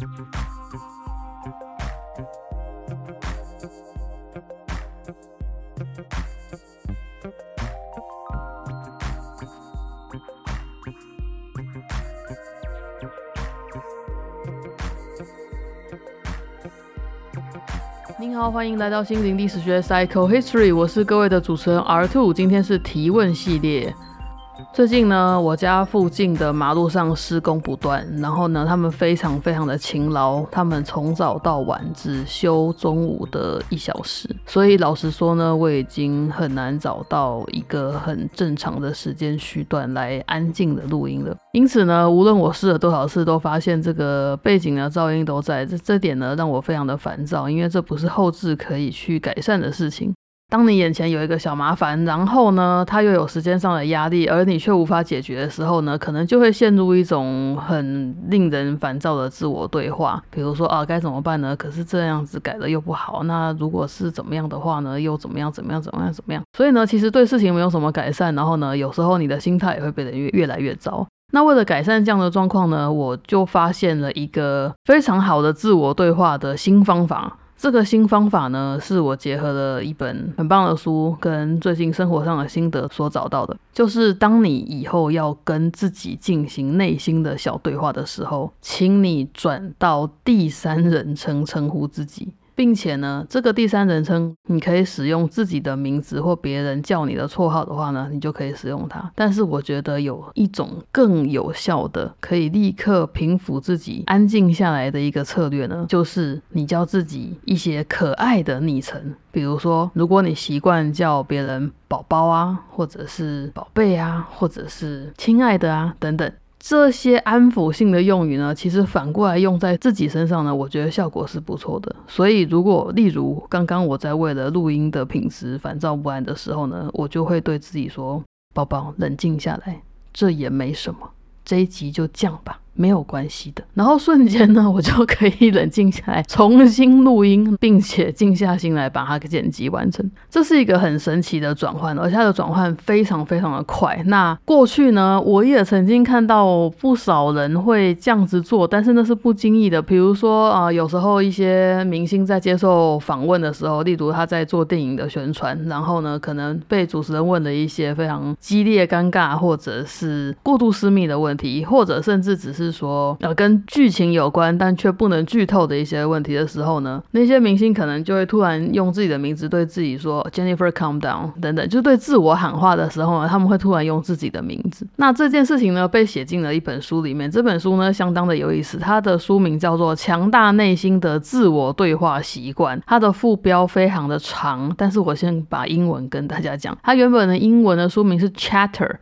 您好，欢迎来到心灵历史学 Psycho History， 我是各位的主持人 R2， 今天是提问系列。最近呢，我家附近的马路上施工不断，然后呢，他们非常非常的勤劳，他们从早到晚只休中午的1小时，所以老实说呢，我已经很难找到一个很正常的时间区段来安静的录音了。因此呢，无论我试了多少次，都发现这个背景的噪音都在，这点呢让我非常的烦躁，因为这不是后置可以去改善的事情。当你眼前有一个小麻烦，然后呢它又有时间上的压力，而你却无法解决的时候呢，可能就会陷入一种很令人烦躁的自我对话。比如说该怎么办呢？可是这样子改了又不好，那如果是怎么样的话呢，又怎么样。所以呢，其实对事情没有什么改善，然后呢，有时候你的心态也会变得越来越糟。那为了改善这样的状况呢，我就发现了一个非常好的自我对话的新方法。这个新方法呢，是我结合了一本很棒的书跟最近生活上的心得所找到的，就是当你以后要跟自己进行内心的小对话的时候，请你转到第三人称称呼自己，并且呢，这个第三人称你可以使用自己的名字，或别人叫你的绰号的话呢，你就可以使用它。但是我觉得有一种更有效的可以立刻平复自己安静下来的一个策略呢，就是你叫自己一些可爱的昵称。比如说，如果你习惯叫别人宝宝啊，或者是宝贝啊，或者是亲爱的啊等等，这些安抚性的用语呢，其实反过来用在自己身上呢，我觉得效果是不错的。所以如果例如刚刚我在为了录音的品质烦躁不安的时候呢，我就会对自己说，宝宝冷静下来，这也没什么，这一集就这样吧，没有关系的。然后瞬间呢，我就可以冷静下来，重新录音，并且静下心来把它剪辑完成。这是一个很神奇的转换，而且它的转换非常非常的快。那过去呢，我也曾经看到不少人会这样子做，但是那是不经意的。比如说有时候一些明星在接受访问的时候，例如他在做电影的宣传，然后呢可能被主持人问了一些非常激烈尴尬或者是过度私密的问题，或者甚至只是说跟剧情有关但却不能剧透的一些问题的时候呢，那些明星可能就会突然用自己的名字对自己说 Jennifer calm down 等等，就是对自我喊话的时候呢，他们会突然用自己的名字。那这件事情呢被写进了一本书里面，这本书呢相当的有意思，它的书名叫做强大内心的自我对话习惯，它的副标非常的长，但是我先把英文跟大家讲。它原本的英文的书名是 Chatter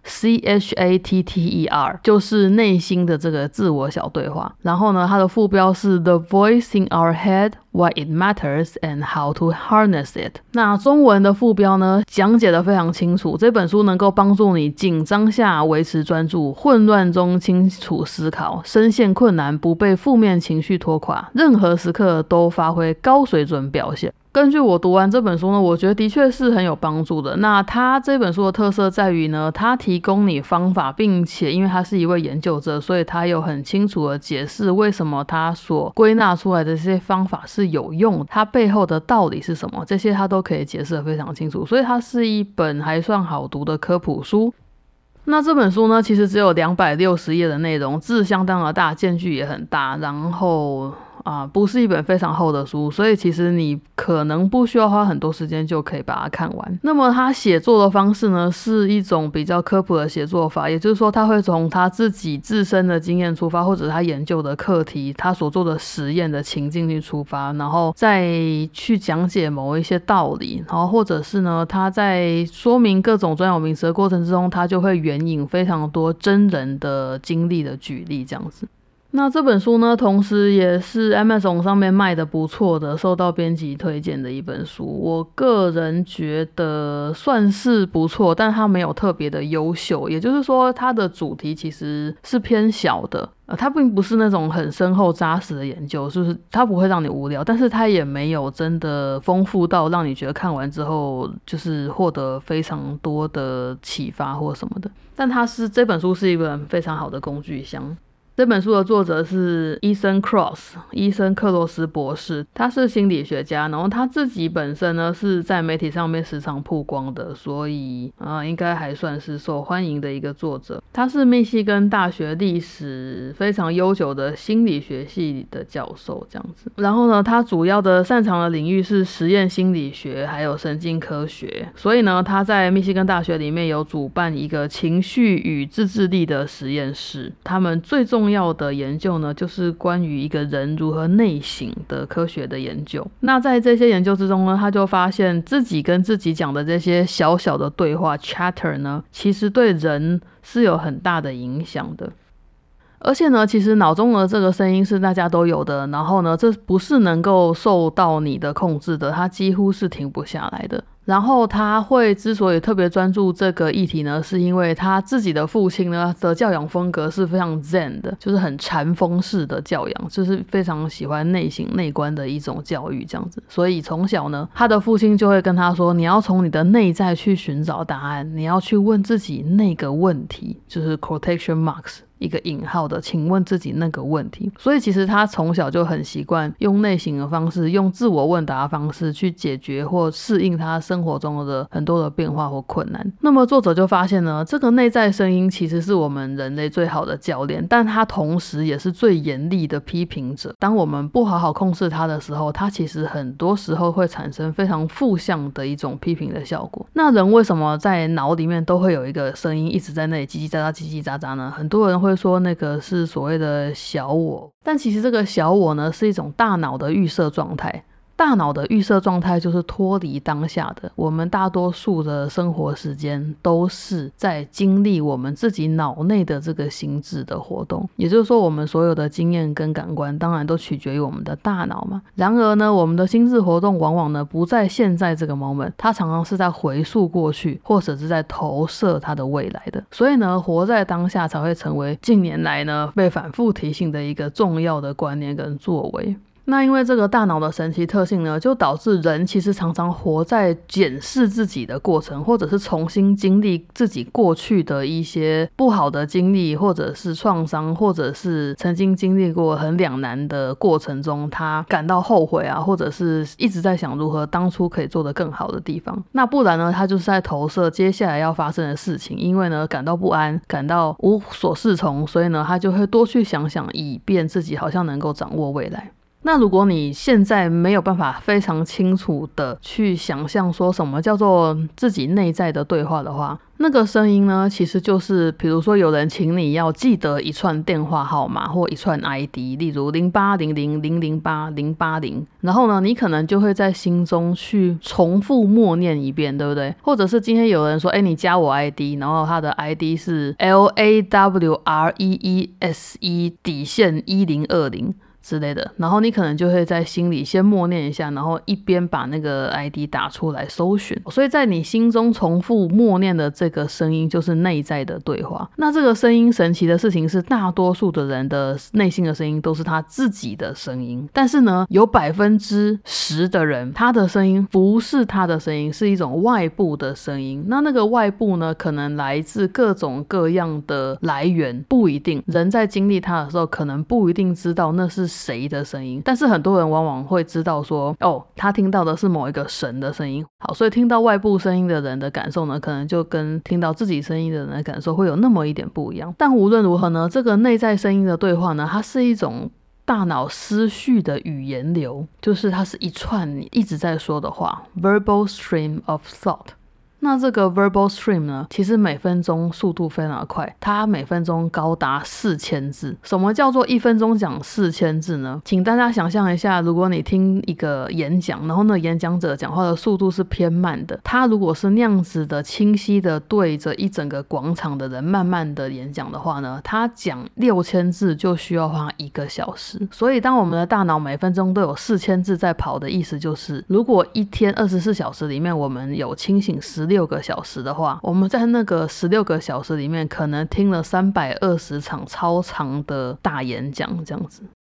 CHATTER， 就是内心的这个自我小对话。然后呢，它的副标是 The Voice in Our Head Why it matters and how to harness it。 那中文的副标呢讲解得非常清楚，这本书能够帮助你紧张下维持专注，混乱中清楚思考，深陷困难不被负面情绪拖垮，任何时刻都发挥高水准表现。根据我读完这本书呢，我觉得的确是很有帮助的。那它这本书的特色在于呢，它提供你方法，并且因为他是一位研究者，所以他有很清楚的解释为什么他所归纳出来的这些方法是有用，它背后的道理是什么，这些他都可以解释得非常清楚，所以它是一本还算好读的科普书。那这本书呢，其实只有260页的内容，字相当的大，间距也很大，然后不是一本非常厚的书，所以其实你可能不需要花很多时间就可以把它看完。那么他写作的方式呢，是一种比较科普的写作法，也就是说他会从他自己自身的经验出发，或者他研究的课题，他所做的实验的情境去出发，然后再去讲解某一些道理，然后或者是呢，他在说明各种专有名词的过程之中，他就会援引非常多真人的经历的举例这样子。那这本书呢，同时也是 Amazon 上面卖的不错的，受到编辑推荐的一本书。我个人觉得算是不错，但它没有特别的优秀，也就是说它的主题其实是偏小的，它并不是那种很深厚扎实的研究，就是它不会让你无聊，但是它也没有真的丰富到让你觉得看完之后就是获得非常多的启发或什么的。但这本书是一本非常好的工具箱。 这本书的作者是伊森克罗斯博士，他是心理学家，然后他自己本身呢是在媒体上面时常曝光的，所以应该还算是受欢迎的一个作者。他是密西根大学历史非常悠久的心理学系的教授这样子。然后呢，他主要的擅长的领域是实验心理学还有神经科学，所以呢他在密西根大学里面有主办一个情绪与自制力的实验室，他们最重要的研究呢就是关于一个人如何内省的科学的研究。那在这些研究之中呢，他就发现自己跟自己讲的这些小小的对话 chatter 呢，其实对人是有很大的影响的。而且呢，其实脑中的这个声音是大家都有的，然后呢，这不是能够受到你的控制的，它几乎是停不下来的。然后他会之所以特别专注这个议题呢，是因为他自己的父亲呢的教养风格是非常 zen 的，就是很禅风式的教养，就是非常喜欢内省内观的一种教育这样子。所以从小呢，他的父亲就会跟他说，你要从你的内在去寻找答案，你要去问自己那个问题，就是 quotation marks一个引号的请问自己那个问题。所以其实他从小就很习惯用内省的方式，用自我问答的方式去解决或适应他生活中的很多的变化或困难。那么作者就发现呢，这个内在声音其实是我们人类最好的教练，但他同时也是最严厉的批评者。当我们不好好控制他的时候，他其实很多时候会产生非常负向的一种批评的效果。那人为什么在脑里面都会有一个声音一直在那里叽叽喳喳叽叽喳喳呢？很多人会说那个是所谓的小我，但其实这个小我呢是一种大脑的预设状态。大脑的预设状态就是脱离当下的，我们大多数的生活时间都是在经历我们自己脑内的这个心智的活动，也就是说我们所有的经验跟感官当然都取决于我们的大脑嘛。然而呢，我们的心智活动往往呢不在现在这个 moment， 它常常是在回溯过去，或者是在投射它的未来的。所以呢，活在当下才会成为近年来呢被反复提醒的一个重要的观念跟作为。那因为这个大脑的神奇特性呢，就导致人其实常常活在检视自己的过程，或者是重新经历自己过去的一些不好的经历，或者是创伤，或者是曾经经历过很两难的过程中，他感到后悔啊，或者是一直在想如何当初可以做得更好的地方。那不然呢，他就是在投射接下来要发生的事情，因为呢感到不安，感到无所适从，所以呢他就会多去想想，以便自己好像能够掌握未来。那如果你现在没有办法非常清楚的去想象说什么叫做自己内在的对话的话，那个声音呢其实就是比如说有人请你要记得一串电话号码或一串 ID， 例如0800008080，然后呢你可能就会在心中去重复默念一遍，对不对？或者是今天有人说你加我 ID， 然后他的 ID 是 LAWREESE_1020之类的，然后你可能就会在心里先默念一下，然后一边把那个 ID 打出来搜寻。所以在你心中重复默念的这个声音就是内在的对话。那这个声音神奇的事情是，大多数的人的内心的声音都是他自己的声音，但是呢有 10% 的人他的声音不是他的声音，是一种外部的声音。那个外部呢可能来自各种各样的来源，不一定人在经历它的时候可能不一定知道那是谁的声音，但是很多人往往会知道说他听到的是某一个神的声音。好，所以听到外部声音的人的感受呢，可能就跟听到自己声音的人的感受会有那么一点不一样。但无论如何呢，这个内在声音的对话呢，它是一种大脑思绪的语言流，就是它是一串你一直在说的话 verbal stream of thought。那这个 verbal stream 呢，其实每分钟速度非常的快，它每分钟高达4000字。什么叫做1分钟讲4000字呢？请大家想象一下，如果你听一个演讲，然后呢演讲者讲话的速度是偏慢的，他如果是那样子的清晰的对着一整个广场的人慢慢的演讲的话呢，他讲6000字就需要花1个小时。所以当我们的大脑每分钟都有4000字在跑的意思就是，如果一天24小时里面我们有清醒16个小时的话，我们在那个16个小时里面可能听了320场超长的大演讲这样子。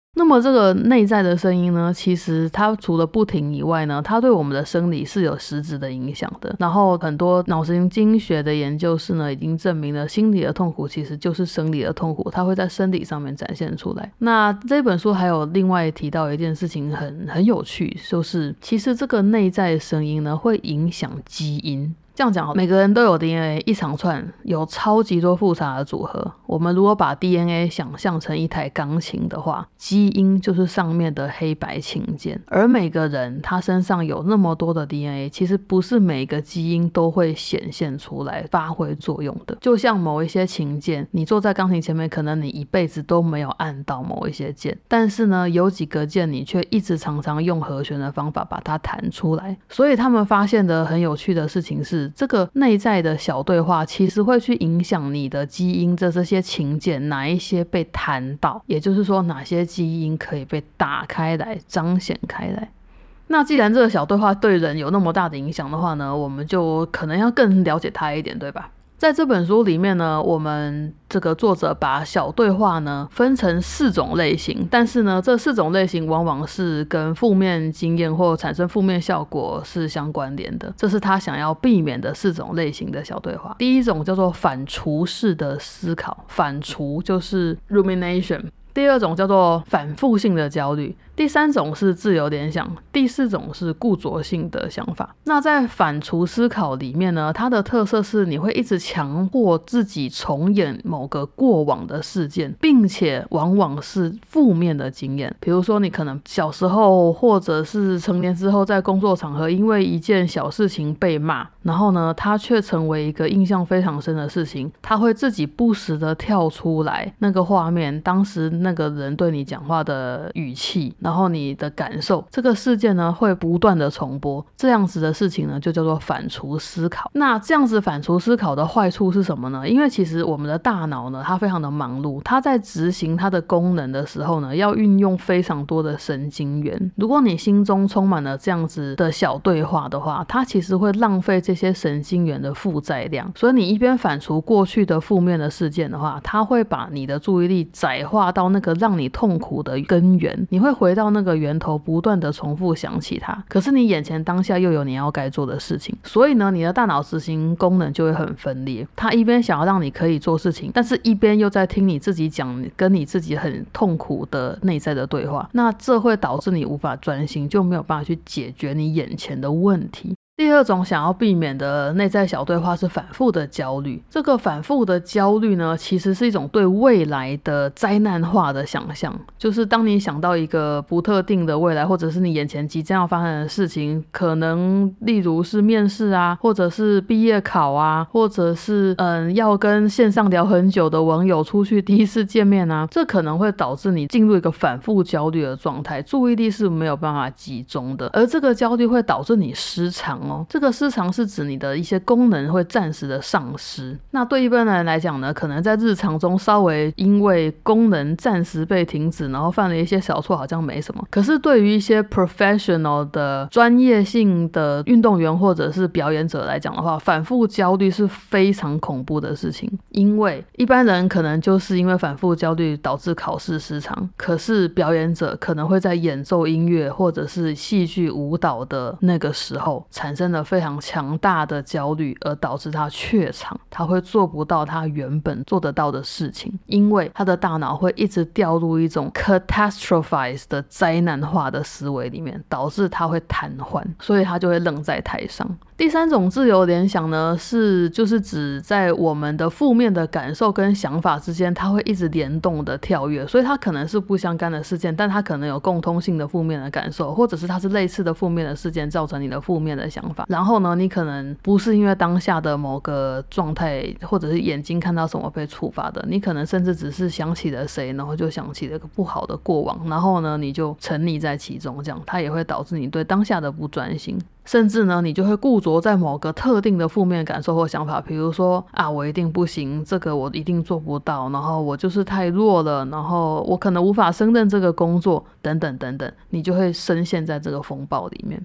那么这个内在的声音呢，其实它除了不停以外呢，它对我们的生理是有实质的影响的。然后很多脑神经学的研究室呢，已经证明了心理的痛苦其实就是生理的痛苦，它会在身体上面展现出来。那这本书还有另外提到一件事情很有趣，就是其实这个内在的声音呢，会影响基因。这样讲，每个人都有 DNA 一长串，有超级多复杂的组合。我们如果把 DNA 想象成一台钢琴的话，基因就是上面的黑白琴键。而每个人他身上有那么多的 DNA， 其实不是每个基因都会显现出来发挥作用的。就像某一些琴键，你坐在钢琴前面，可能你一辈子都没有按到某一些键，但是呢，有几个键你却一直常常用和弦的方法把它弹出来。所以他们发现的很有趣的事情是，这个内在的小对话其实会去影响你的基因的这些琴键哪一些被弹到，也就是说哪些基因可以被打开来彰显开来。那既然这个小对话对人有那么大的影响的话呢，我们就可能要更了解它一点，对吧？在这本书里面呢，我们这个作者把小对话呢分成4种类型，但是呢，这4种类型往往是跟负面经验或产生负面效果是相关联的，这是他想要避免的4种类型的小对话。第一种叫做反刍式的思考，反刍就是 rumination。第二种叫做反复性的焦虑，第3种是自由联想，第4种是固着性的想法。那在反刍思考里面呢，它的特色是你会一直强迫自己重演某个过往的事件，并且往往是负面的经验。比如说你可能小时候或者是成年之后在工作场合因为一件小事情被骂，然后呢它却成为一个印象非常深的事情，它会自己不时的跳出来那个画面，当时那个人对你讲话的语气，然后你的感受，这个事件呢会不断的重播。这样子的事情呢就叫做反刍思考。那这样子反刍思考的坏处是什么呢？因为其实我们的大脑呢它非常的忙碌，它在执行它的功能的时候呢要运用非常多的神经元。如果你心中充满了这样子的小对话的话，它其实会浪费这些神经元的负载量。所以你一边反刍过去的负面的事件的话，它会把你的注意力载化到那个让你痛苦的根源，你会回到那个源头，不断的重复想起它。可是你眼前当下又有你要该做的事情，所以呢你的大脑执行功能就会很分裂。它一边想要让你可以做事情，但是一边又在听你自己讲跟你自己很痛苦的内在的对话，那这会导致你无法专心，就没有办法去解决你眼前的问题。第二种想要避免的内在小对话是反复的焦虑。这个反复的焦虑呢，其实是一种对未来的灾难化的想象，就是当你想到一个不特定的未来，或者是你眼前即将要发生的事情，可能例如是面试啊，或者是毕业考啊，或者是要跟线上聊很久的网友出去第一次见面啊，这可能会导致你进入一个反复焦虑的状态，注意力是没有办法集中的，而这个焦虑会导致你失常。这个失常是指你的一些功能会暂时的丧失。那对一般人来讲呢，可能在日常中稍微因为功能暂时被停止，然后犯了一些小错，好像没什么。可是对于一些 professional 的专业性的运动员或者是表演者来讲的话，反复焦虑是非常恐怖的事情。因为一般人可能就是因为反复焦虑导致考试失常，可是表演者可能会在演奏音乐或者是戏剧舞蹈的那个时候产生了非常强大的焦虑，而导致他怯场，他会做不到他原本做得到的事情，因为他的大脑会一直掉入一种 catastrophize 的灾难化的思维里面，导致他会瘫痪，所以他就会愣在台上。第3种自由联想呢，就是指在我们的负面的感受跟想法之间，它会一直联动的跳跃，所以它可能是不相干的事件，但它可能有共通性的负面的感受，或者是它是类似的负面的事件造成你的负面的想法。然后呢，你可能不是因为当下的某个状态或者是眼睛看到什么被触发的，你可能甚至只是想起了谁，然后就想起了个不好的过往，然后呢你就沉溺在其中，这样它也会导致你对当下的不专心，甚至呢你就会固着在某个特定的负面感受或想法，比如说我一定不行，这个我一定做不到，然后我就是太弱了，然后我可能无法胜任这个工作等等等等，你就会深陷在这个风暴里面。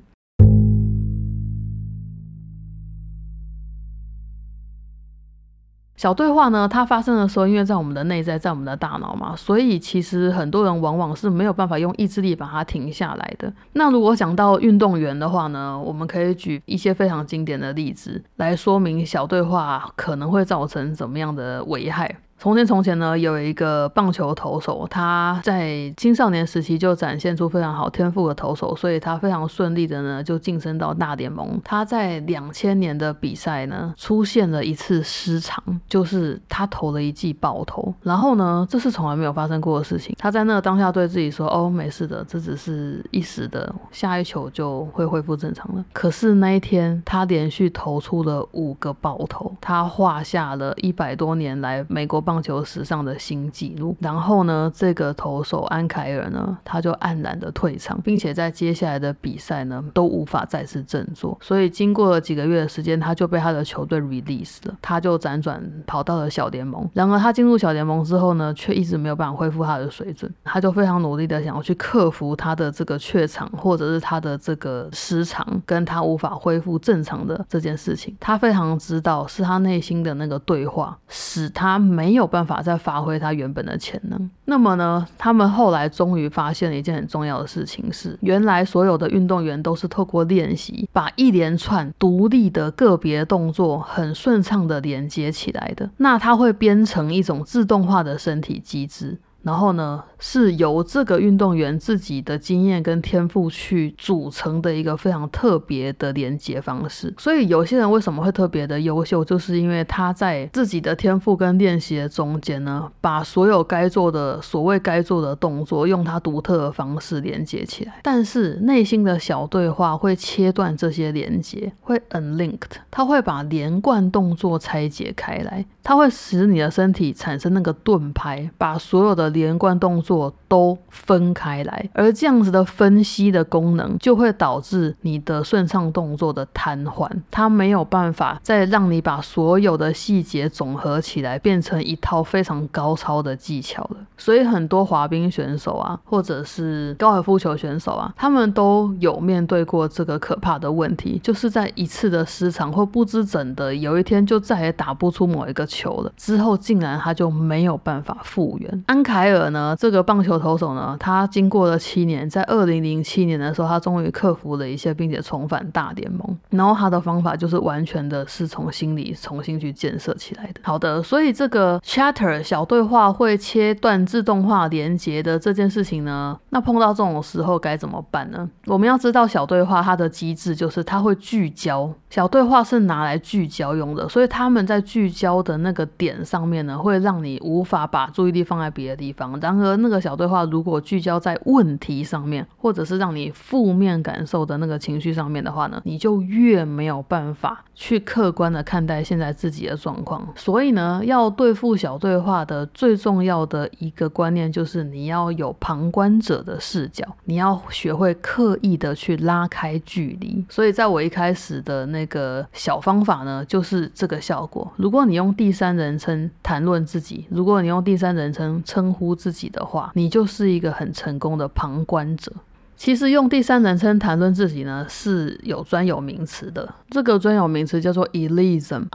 小对话呢，它发生的时候，因为在我们的内在，在我们的大脑嘛，所以其实很多人往往是没有办法用意志力把它停下来的。那如果讲到运动员的话呢，我们可以举一些非常经典的例子来说明小对话可能会造成怎么样的危害。从前呢，有一个棒球投手，他在青少年时期就展现出非常好天赋的投手，所以他非常顺利的呢就晋升到大联盟。他在2000年的比赛呢出现了一次失常，就是他投了一记爆头，然后呢这是从来没有发生过的事情。他在那个当下对自己说，哦，没事的，这只是一时的，下一球就会恢复正常了。可是那一天他连续投出了5个爆头，他画下了100多年来美国棒球史上的新纪录。然后呢，这个投手安凯尔呢，他就黯然的退场，并且在接下来的比赛呢，都无法再次振作。所以经过了几个月的时间，他就被他的球队 release 了，他就辗转跑到了小联盟。然而他进入小联盟之后呢，却一直没有办法恢复他的水准。他就非常努力的想要去克服他的这个怯场，或者是他的这个失常，跟他无法恢复正常的这件事情。他非常知道是他内心的那个对话，使他没有办法再发挥他原本的潜能。那么呢，他们后来终于发现了一件很重要的事情，是原来所有的运动员都是透过练习，把一连串独立的个别动作很顺畅的连接起来的。那它会编成一种自动化的身体机制，然后呢，是由这个运动员自己的经验跟天赋去组成的一个非常特别的连接方式。所以有些人为什么会特别的优秀，就是因为他在自己的天赋跟练习的中间呢，把所有所谓该做的动作用他独特的方式连接起来。但是内心的小对话会切断这些连接，会 unlinked， 它会把连贯动作拆解开来，它会使你的身体产生那个盾拍，把所有的连贯动作都分开来。而这样子的分析的功能就会导致你的顺畅动作的瘫痪，它没有办法再让你把所有的细节总合起来变成一套非常高超的技巧了。所以很多滑冰选手啊，或者是高尔夫球选手啊，他们都有面对过这个可怕的问题，就是在一次的失常或不知怎的有一天就再也打不出某一个球了，之后竟然他就没有办法复原。安凯尔呢，这个棒球投手呢，他经过了7年，在2007年的时候，他终于克服了一切，并且重返大联盟。然后他的方法就是完全的是从心里重新去建设起来的。好的，所以这个 chatter 小对话会切断自动化连结的这件事情呢，那碰到这种时候该怎么办呢？我们要知道小对话它的机制就是它会聚焦，小对话是拿来聚焦用的，所以他们在聚焦的那个点上面呢，会让你无法把注意力放在别的地方。然而那个小对话如果聚焦在问题上面，或者是让你负面感受的那个情绪上面的话呢，你就越没有办法去客观的看待现在自己的状况。所以呢，要对付小对话的最重要的一个观念就是你要有旁观者的视角，你要学会刻意的去拉开距离。所以在我一开始的那个小方法呢，就是这个效果。如果你用第三人称谈论自己，如果你用第三人称称呼自己的话，你就是一个很成功的旁观者。其实用第三人称谈论自己呢，是有专有名词的，这个专有名词叫做 Illism，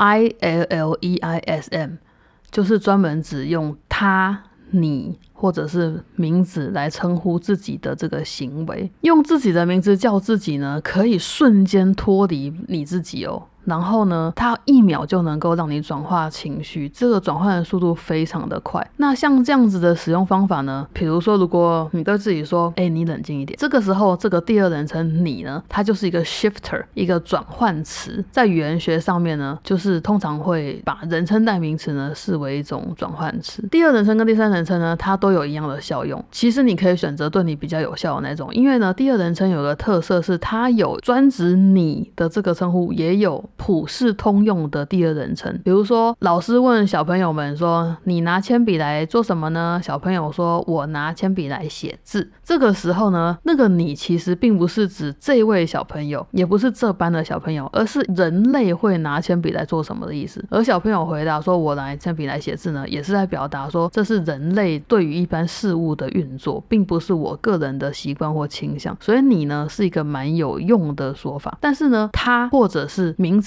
ILLEISM， 就是专门指用他、你或者是名字来称呼自己的这个行为。用自己的名字叫自己呢，可以瞬间脱离你自己哦。然后呢，它1秒就能够让你转化情绪，这个转换的速度非常的快。那像这样子的使用方法呢，比如说如果你对自己说你冷静一点，这个时候这个第二人称你呢，它就是一个 shifter， 一个转换词。在语言学上面呢，就是通常会把人称代名词呢视为一种转换词。第二人称跟第三人称呢，它都有一样的效用。其实你可以选择对你比较有效的那种，因为呢，第二人称有个特色是它有专指你的这个称呼，也有普世通用的第二人称。比如说老师问小朋友们说，你拿铅笔来做什么呢？小朋友说，我拿铅笔来写字。这个时候呢，那个你其实并不是指这位小朋友，也不是这班的小朋友，而是人类会拿铅笔来做什么的意思。而小朋友回答说，我拿铅笔来写字呢，也是在表达说这是人类对于一般事物的运作，并不是我个人的习惯或倾向。所以你呢，是一个蛮有用的说法。但是呢，他或者是名字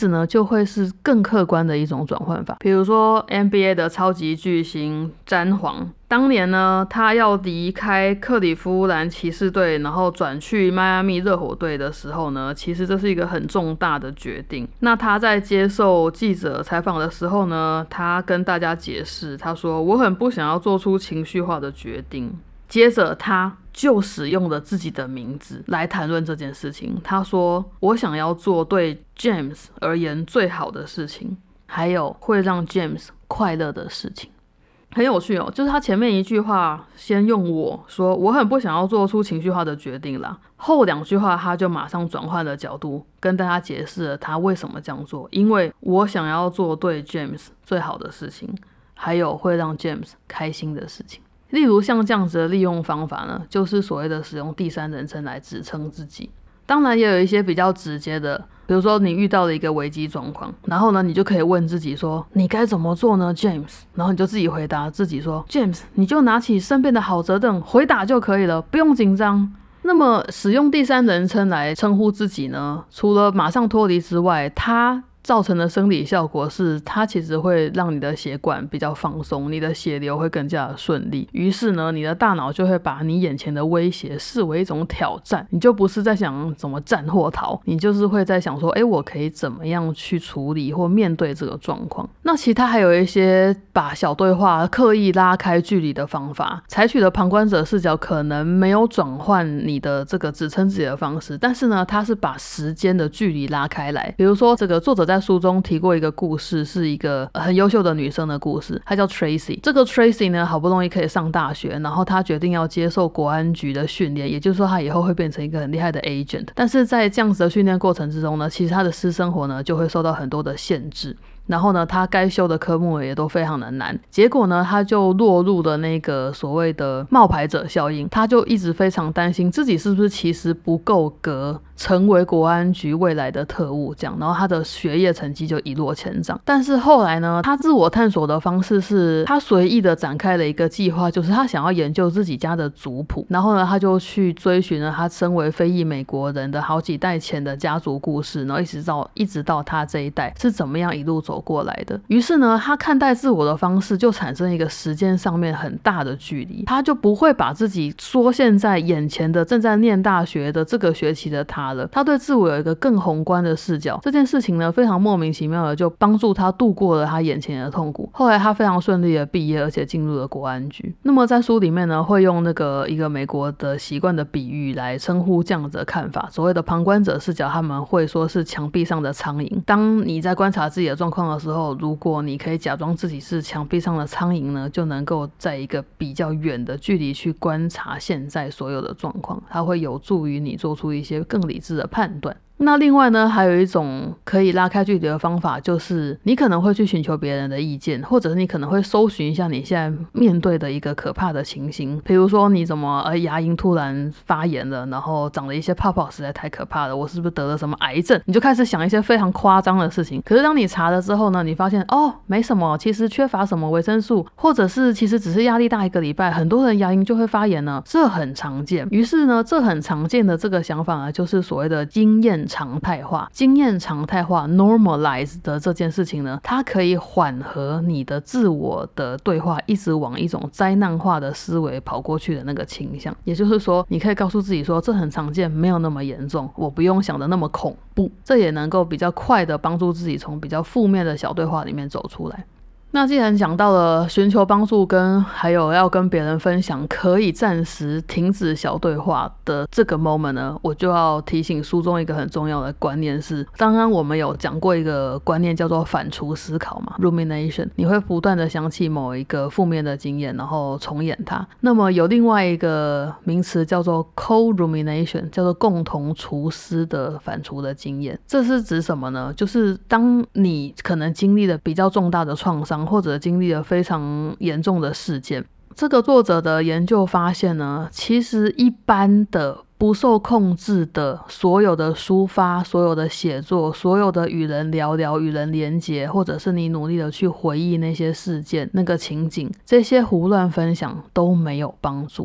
子呢就会是更客观的一种转换法。比如说 NBA 的超级巨星詹皇，当年呢他要离开克里夫兰骑士队，然后转去迈阿密热火队的时候呢，其实这是一个很重大的决定。那他在接受记者采访的时候呢，他跟大家解释，他说我很不想要做出情绪化的决定。接着他就使用了自己的名字来谈论这件事情，他说我想要做对 James 而言最好的事情，还有会让 James 快乐的事情。很有趣哦，就是他前面一句话先用我说我很不想要做出情绪化的决定啦，后2句话他就马上转换了角度，跟大家解释了他为什么这样做，因为我想要做对 James 最好的事情，还有会让 James 开心的事情。例如像这样子的利用方法呢，就是所谓的使用第三人称来指称自己。当然也有一些比较直接的，比如说你遇到了一个危机状况，然后呢你就可以问自己说你该怎么做呢 James， 然后你就自己回答自己说 James 你就拿起身边的好折凳回答就可以了，不用紧张。那么使用第三人称来称呼自己呢，除了马上脱离之外，它造成的生理效果是它其实会让你的血管比较放松，你的血流会更加的顺利，于是呢你的大脑就会把你眼前的威胁视为一种挑战，你就不是在想怎么战或逃，你就是会在想说我可以怎么样去处理或面对这个状况。那其他还有一些把小对话刻意拉开距离的方法，采取的旁观者视角可能没有转换你的这个指称自己的方式，但是呢它是把时间的距离拉开来。比如说这个作者在书中提过一个故事，是一个很优秀的女生的故事，她叫 Tracy。 这个 Tracy 呢好不容易可以上大学，然后她决定要接受国安局的训练，也就是说她以后会变成一个很厉害的 agent。 但是在这样子的训练过程之中呢，其实她的私生活呢就会受到很多的限制，然后呢他该修的科目也都非常的难，结果呢他就落入了那个所谓的冒牌者效应，他就一直非常担心自己是不是其实不够格成为国安局未来的特务这样，然后他的学业成绩就一落千丈。但是后来呢，他自我探索的方式是他随意的展开了一个计划，就是他想要研究自己家的族谱，然后呢他就去追寻了他身为非裔美国人的好几代前的家族故事，然后一直到他这一代是怎么样一路走过来的。于是呢他看待自我的方式就产生一个时间上面很大的距离，他就不会把自己缩限在眼前的正在念大学的这个学期的他了，他对自我有一个更宏观的视角。这件事情呢非常莫名其妙的就帮助他度过了他眼前的痛苦，后来他非常顺利的毕业，而且进入了国安局。那么在书里面呢会用那个一个美国的习惯的比喻来称呼这样子的看法，所谓的旁观者视角他们会说是墙壁上的苍蝇。当你在观察自己的状况的时候，如果你可以假装自己是墙壁上的苍蝇呢，就能够在一个比较远的距离去观察现在所有的状况，它会有助于你做出一些更理智的判断。那另外呢还有一种可以拉开距离的方法，就是你可能会去寻求别人的意见，或者是你可能会搜寻一下你现在面对的一个可怕的情形，比如说你怎么牙龈突然发炎了，然后长了一些泡泡，实在太可怕了，我是不是得了什么癌症，你就开始想一些非常夸张的事情。可是当你查了之后呢，你发现没什么，其实缺乏什么维生素，或者是其实只是压力大1个礼拜，很多人牙龈就会发炎了，这很常见。于是呢这很常见的这个想法呢，就是所谓的经验常态化。经验常态化 normalize 的这件事情呢，它可以缓和你的自我的对话一直往一种灾难化的思维跑过去的那个倾向。也就是说你可以告诉自己说这很常见，没有那么严重，我不用想的那么恐怖，这也能够比较快的帮助自己从比较负面的小对话里面走出来。那既然讲到了寻求帮助跟还有要跟别人分享可以暂时停止小对话的这个 moment 呢，我就要提醒书中一个很重要的观念是，刚刚我们有讲过一个观念叫做反刍思考嘛 rumination， 你会不断的想起某一个负面的经验然后重演它。那么有另外一个名词叫做 co-rumination， 叫做共同除思的反刍的经验。这是指什么呢？就是当你可能经历了比较重大的创伤，或者经历了非常严重的事件，这个作者的研究发现呢，其实一般的不受控制的所有的抒发，所有的写作，所有的与人聊聊，与人连结，或者是你努力的去回忆那些事件那个情景，这些胡乱分享都没有帮助。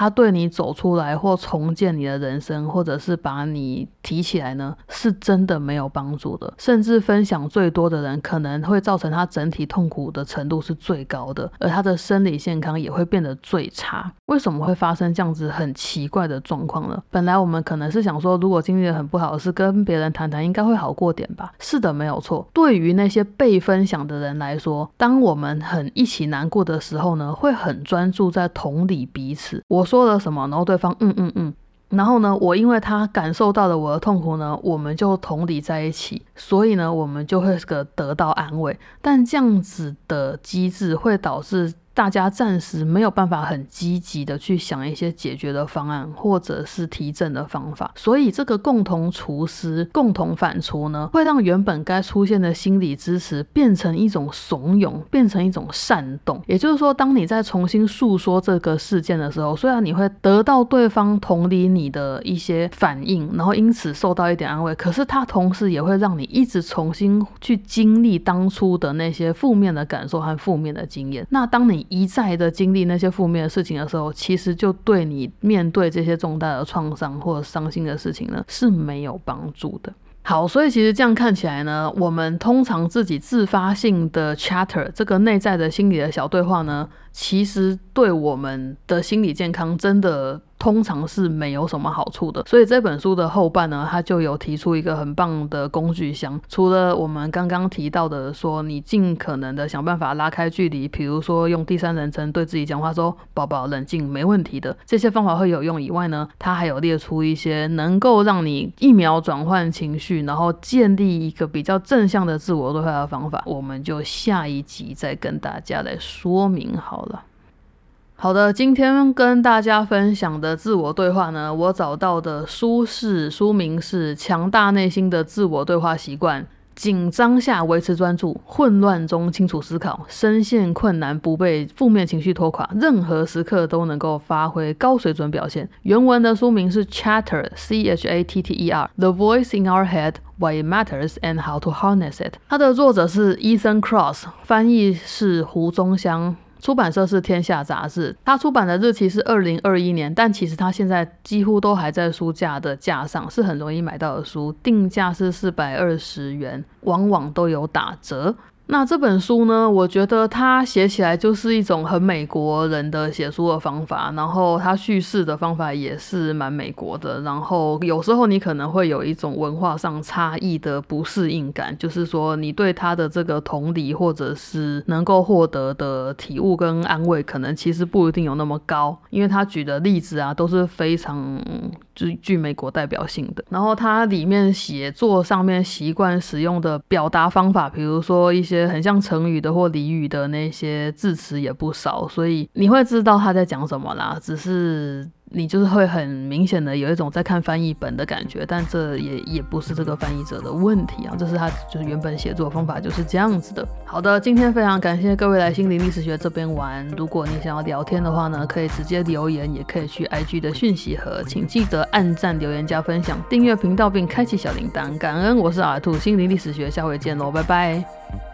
它对你走出来或重建你的人生，或者是把你提起来呢，是真的没有帮助的。甚至分享最多的人，可能会造成他整体痛苦的程度是最高的，而他的生理健康也会变得最差。为什么会发生这样子很奇怪的状况呢？本来我们可能是想说，如果经历了很不好的事，跟别人谈谈应该会好过点吧。是的，没有错。对于那些被分享的人来说，当我们很一起难过的时候呢，会很专注在同理彼此。我说了什么，然后对方然后呢，我因为他感受到了我的痛苦呢，我们就同理在一起，所以呢，我们就会得到安慰。但这样子的机制会导致大家暂时没有办法很积极的去想一些解决的方案，或者是提振的方法，所以这个共同除失、共同反刍呢，会让原本该出现的心理支持变成一种怂恿，变成一种煽动。也就是说，当你在重新诉说这个事件的时候，虽然你会得到对方同理你的一些反应，然后因此受到一点安慰，可是它同时也会让你一直重新去经历当初的那些负面的感受和负面的经验。那当你一再的经历那些负面的事情的时候，其实就对你面对这些重大的创伤或者伤心的事情呢，是没有帮助的。好，所以其实这样看起来呢，我们通常自己自发性的 chatter 这个内在的心理的小对话呢，其实对我们的心理健康真的通常是没有什么好处的。所以这本书的后半呢，它就有提出一个很棒的工具箱。除了我们刚刚提到的说你尽可能的想办法拉开距离，比如说用第三人称对自己讲话说宝宝冷静没问题的，这些方法会有用以外呢，它还有列出一些能够让你一秒转换情绪，然后建立一个比较正向的自我对话的方法。我们就下一集再跟大家来说明好了。好的，今天跟大家分享的自我对话呢，我找到的书名是《强大内心的自我对话习惯》。紧张下维持专注，混乱中清楚思考，深陷困难不被负面情绪拖垮，任何时刻都能够发挥高水准表现。原文的书名是 Chatter C-H-A-T-T-E-R The Voice in Our Head Why It Matters and How to Harness It。 它的作者是 Ethan Kross， 翻译是胡宗香，出版社是天下杂志。它出版的日期是2021年，但其实它现在几乎都还在书架的架上，是很容易买到的书，定价是420元，往往都有打折。那这本书呢，我觉得它写起来就是一种很美国人的写书的方法，然后它叙事的方法也是蛮美国的，然后有时候你可能会有一种文化上差异的不适应感，就是说你对它的这个同理或者是能够获得的体悟跟安慰，可能其实不一定有那么高，因为他举的例子啊都是非常具美国代表性的。然后它里面写作上面习惯使用的表达方法，比如说一些很像成语的或俚语的那些字词也不少，所以你会知道他在讲什么啦，只是你就是会很明显的有一种在看翻译本的感觉，但这也不是这个翻译者的问题啊，这是他就是原本写作方法就是这样子的。好的，今天非常感谢各位来心灵历史学这边玩，如果你想要聊天的话呢，可以直接留言，也可以去 IG 的讯息盒，请记得按赞、留言、加分享、订阅频道并开启小铃铛，感恩。我是R2心灵历史学，下回见咯，拜拜。